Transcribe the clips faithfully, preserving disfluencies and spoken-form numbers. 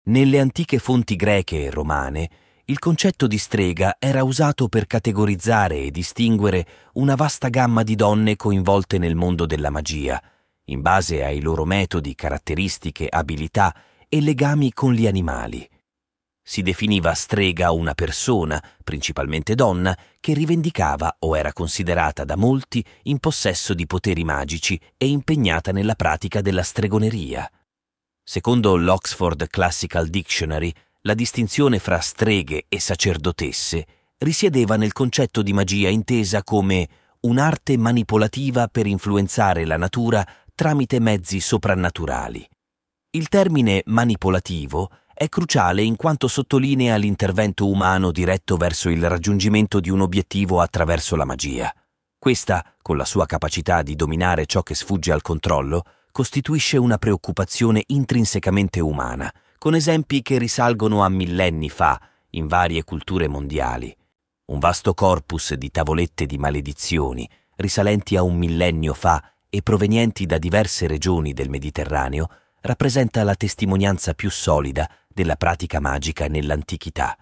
Nelle antiche fonti greche e romane, il concetto di strega era usato per categorizzare e distinguere una vasta gamma di donne coinvolte nel mondo della magia, in base ai loro metodi, caratteristiche, abilità e legami con gli animali. Si definiva strega una persona, principalmente donna, che rivendicava o era considerata da molti in possesso di poteri magici e impegnata nella pratica della stregoneria. Secondo l'Oxford Classical Dictionary, la distinzione fra streghe e sacerdotesse risiedeva nel concetto di magia intesa come un'arte manipolativa per influenzare la natura tramite mezzi soprannaturali. Il termine manipolativo è cruciale in quanto sottolinea l'intervento umano diretto verso il raggiungimento di un obiettivo attraverso la magia. Questa, con la sua capacità di dominare ciò che sfugge al controllo, costituisce una preoccupazione intrinsecamente umana, con esempi che risalgono a millenni fa in varie culture mondiali. Un vasto corpus di tavolette di maledizioni, risalenti a un millennio fa e provenienti da diverse regioni del Mediterraneo, rappresenta la testimonianza più solida della pratica magica nell'antichità.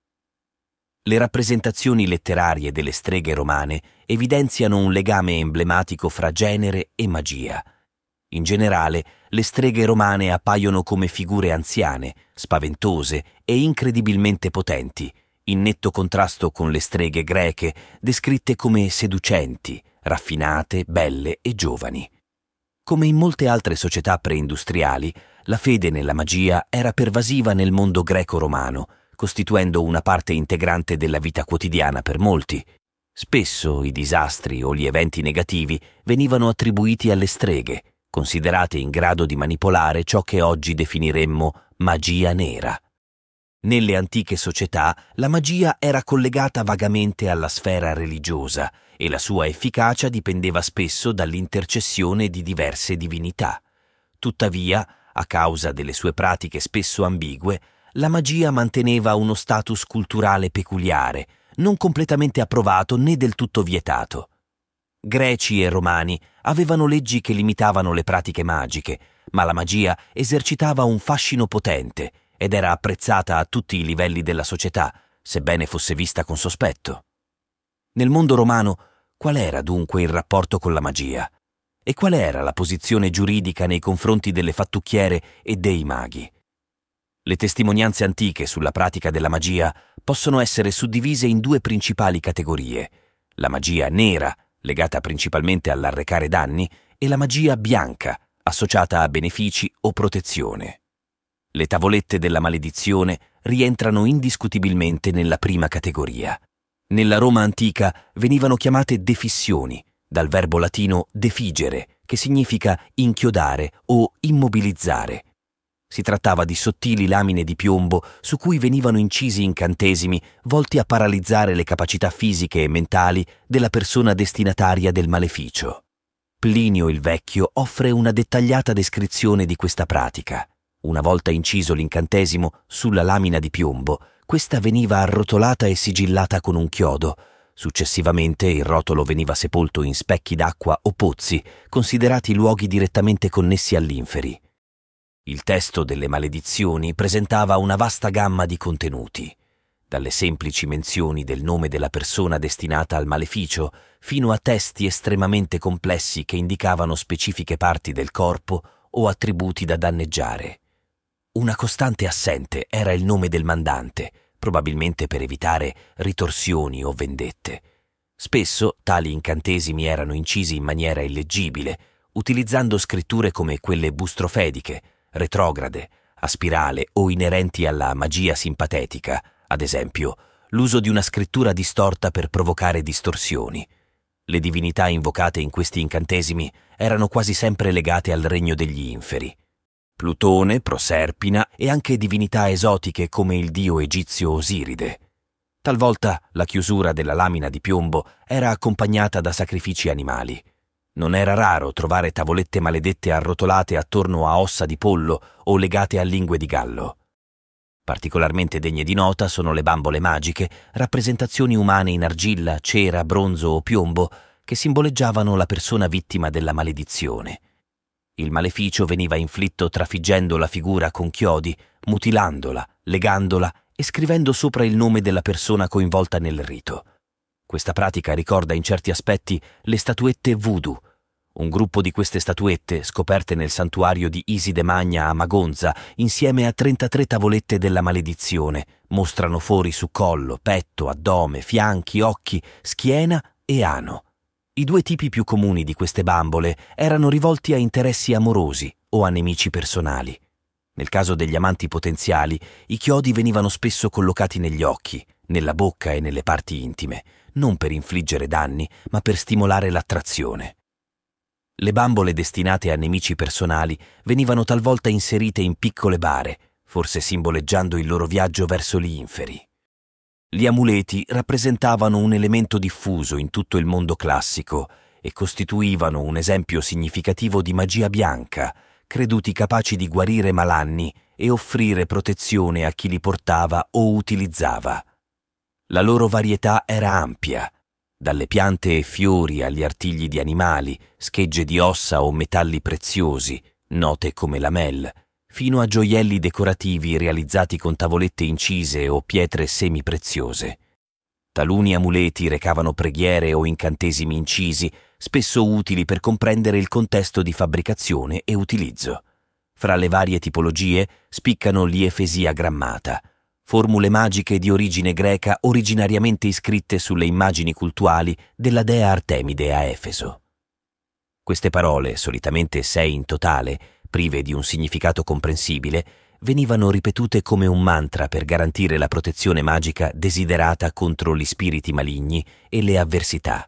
Le rappresentazioni letterarie delle streghe romane evidenziano un legame emblematico fra genere e magia. In generale, le streghe romane appaiono come figure anziane, spaventose e incredibilmente potenti, in netto contrasto con le streghe greche, descritte come seducenti, raffinate, belle e giovani. Come in molte altre società preindustriali, la fede nella magia era pervasiva nel mondo greco-romano, costituendo una parte integrante della vita quotidiana per molti. Spesso i disastri o gli eventi negativi venivano attribuiti alle streghe, considerate in grado di manipolare ciò che oggi definiremmo magia nera. Nelle antiche società la magia era collegata vagamente alla sfera religiosa e la sua efficacia dipendeva spesso dall'intercessione di diverse divinità. Tuttavia, a causa delle sue pratiche spesso ambigue, la magia manteneva uno status culturale peculiare, non completamente approvato né del tutto vietato. Greci e romani avevano leggi che limitavano le pratiche magiche, ma la magia esercitava un fascino potente ed era apprezzata a tutti i livelli della società, sebbene fosse vista con sospetto. Nel mondo romano, qual era dunque il rapporto con la magia? E qual era la posizione giuridica nei confronti delle fattucchiere e dei maghi? Le testimonianze antiche sulla pratica della magia possono essere suddivise in due principali categorie: la magia nera, legata principalmente all'arrecare danni, e la magia bianca, associata a benefici o protezione. Le tavolette della maledizione rientrano indiscutibilmente nella prima categoria. Nella Roma antica venivano chiamate defissioni, dal verbo latino defigere, che significa inchiodare o immobilizzare. Si trattava di sottili lamine di piombo su cui venivano incisi incantesimi volti a paralizzare le capacità fisiche e mentali della persona destinataria del maleficio. Plinio il Vecchio offre una dettagliata descrizione di questa pratica. Una volta inciso l'incantesimo sulla lamina di piombo, questa veniva arrotolata e sigillata con un chiodo. Successivamente il rotolo veniva sepolto in specchi d'acqua o pozzi, considerati luoghi direttamente connessi all'inferi. Il testo delle maledizioni presentava una vasta gamma di contenuti, dalle semplici menzioni del nome della persona destinata al maleficio fino a testi estremamente complessi che indicavano specifiche parti del corpo o attributi da danneggiare. Una costante assente era il nome del mandante, probabilmente per evitare ritorsioni o vendette. Spesso tali incantesimi erano incisi in maniera illeggibile, utilizzando scritture come quelle bustrofediche, retrograde, a spirale o inerenti alla magia simpatetica, ad esempio l'uso di una scrittura distorta per provocare distorsioni. Le divinità invocate in questi incantesimi erano quasi sempre legate al regno degli inferi. Plutone, Proserpina e anche divinità esotiche come il dio egizio Osiride. Talvolta la chiusura della lamina di piombo era accompagnata da sacrifici animali. Non era raro trovare tavolette maledette arrotolate attorno a ossa di pollo o legate a lingue di gallo. Particolarmente degne di nota sono le bambole magiche, rappresentazioni umane in argilla, cera, bronzo o piombo che simboleggiavano la persona vittima della maledizione. Il maleficio veniva inflitto trafiggendo la figura con chiodi, mutilandola, legandola e scrivendo sopra il nome della persona coinvolta nel rito. Questa pratica ricorda in certi aspetti le statuette voodoo. Un gruppo di queste statuette, scoperte nel santuario di Iside Magna a Magonza, insieme a trentatré tavolette della maledizione, mostrano fori su collo, petto, addome, fianchi, occhi, schiena e ano. I due tipi più comuni di queste bambole erano rivolti a interessi amorosi o a nemici personali. Nel caso degli amanti potenziali, i chiodi venivano spesso collocati negli occhi, nella bocca e nelle parti intime, non per infliggere danni, ma per stimolare l'attrazione. Le bambole destinate a nemici personali venivano talvolta inserite in piccole bare, forse simboleggiando il loro viaggio verso gli inferi. Gli amuleti rappresentavano un elemento diffuso in tutto il mondo classico e costituivano un esempio significativo di magia bianca, creduti capaci di guarire malanni e offrire protezione a chi li portava o utilizzava. La loro varietà era ampia, dalle piante e fiori agli artigli di animali, schegge di ossa o metalli preziosi, note come lamel, fino a gioielli decorativi realizzati con tavolette incise o pietre semipreziose. Taluni amuleti recavano preghiere o incantesimi incisi, spesso utili per comprendere il contesto di fabbricazione e utilizzo. Fra le varie tipologie spiccano gli efesia grammata, formule magiche di origine greca originariamente iscritte sulle immagini cultuali della dea Artemide a Efeso. Queste parole, solitamente sei in totale, prive di un significato comprensibile, venivano ripetute come un mantra per garantire la protezione magica desiderata contro gli spiriti maligni e le avversità.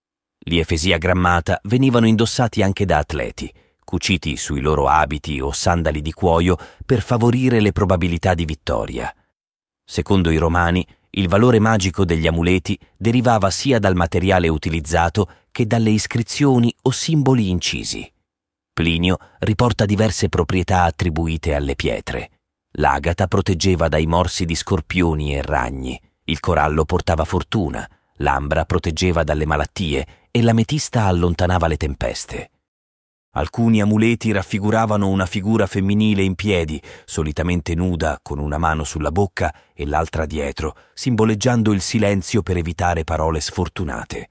Gli efesia grammata venivano indossati anche da atleti, cuciti sui loro abiti o sandali di cuoio per favorire le probabilità di vittoria. Secondo i romani, il valore magico degli amuleti derivava sia dal materiale utilizzato che dalle iscrizioni o simboli incisi. Plinio riporta diverse proprietà attribuite alle pietre. L'agata proteggeva dai morsi di scorpioni e ragni, il corallo portava fortuna, l'ambra proteggeva dalle malattie e l'ametista allontanava le tempeste. Alcuni amuleti raffiguravano una figura femminile in piedi, solitamente nuda, con una mano sulla bocca e l'altra dietro, simboleggiando il silenzio per evitare parole sfortunate.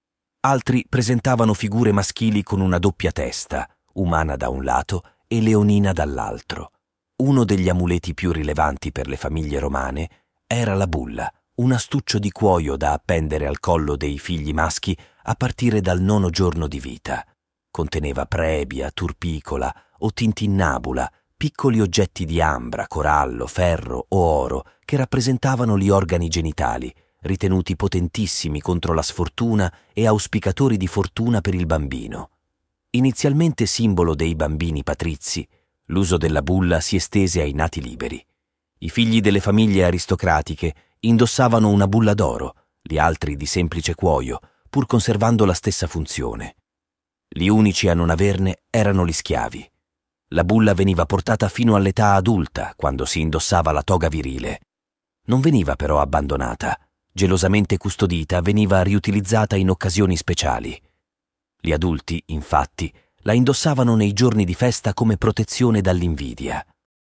Altri presentavano figure maschili con una doppia testa, umana da un lato e leonina dall'altro. Uno degli amuleti più rilevanti per le famiglie romane era la bulla, un astuccio di cuoio da appendere al collo dei figli maschi a partire dal nono giorno di vita. Conteneva prebia, turpicola o tintinnabula, piccoli oggetti di ambra, corallo, ferro o oro che rappresentavano gli organi genitali, ritenuti potentissimi contro la sfortuna e auspicatori di fortuna per il bambino. Inizialmente simbolo dei bambini patrizi, l'uso della bulla si estese ai nati liberi. I figli delle famiglie aristocratiche indossavano una bulla d'oro, gli altri di semplice cuoio, pur conservando la stessa funzione. Gli unici a non averne erano gli schiavi. La bulla veniva portata fino all'età adulta, quando si indossava la toga virile. Non veniva però abbandonata. Gelosamente custodita, veniva riutilizzata in occasioni speciali. Gli adulti, infatti, la indossavano nei giorni di festa come protezione dall'invidia.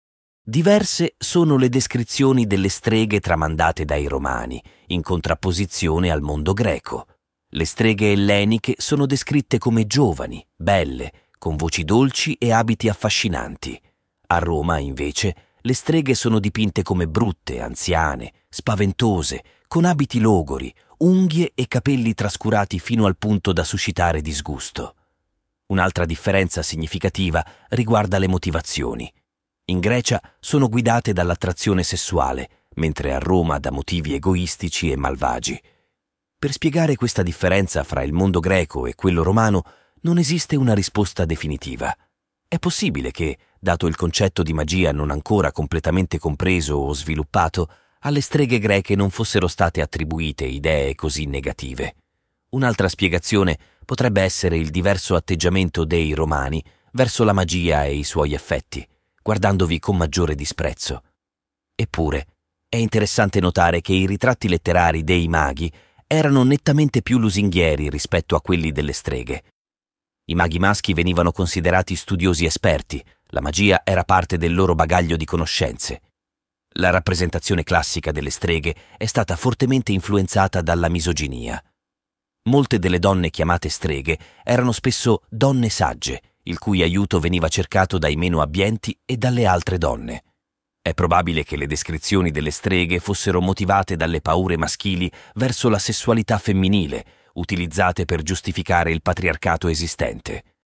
Diverse sono le descrizioni delle streghe tramandate dai romani, in contrapposizione al mondo greco. Le streghe elleniche sono descritte come giovani, belle, con voci dolci e abiti affascinanti. A Roma, invece, le streghe sono dipinte come brutte, anziane, spaventose, con abiti logori, unghie e capelli trascurati fino al punto da suscitare disgusto. Un'altra differenza significativa riguarda le motivazioni. In Grecia sono guidate dall'attrazione sessuale, mentre a Roma da motivi egoistici e malvagi. Per spiegare questa differenza fra il mondo greco e quello romano non esiste una risposta definitiva. È possibile che, dato il concetto di magia non ancora completamente compreso o sviluppato, alle streghe greche non fossero state attribuite idee così negative. Un'altra spiegazione potrebbe essere il diverso atteggiamento dei romani verso la magia e i suoi effetti, guardandovi con maggiore disprezzo. Eppure, è interessante notare che i ritratti letterari dei maghi erano nettamente più lusinghieri rispetto a quelli delle streghe. I maghi maschi venivano considerati studiosi esperti, la magia era parte del loro bagaglio di conoscenze. La rappresentazione classica delle streghe è stata fortemente influenzata dalla misoginia. Molte delle donne chiamate streghe erano spesso donne sagge, il cui aiuto veniva cercato dai meno abbienti e dalle altre donne. È probabile che le descrizioni delle streghe fossero motivate dalle paure maschili verso la sessualità femminile, utilizzate per giustificare il patriarcato esistente.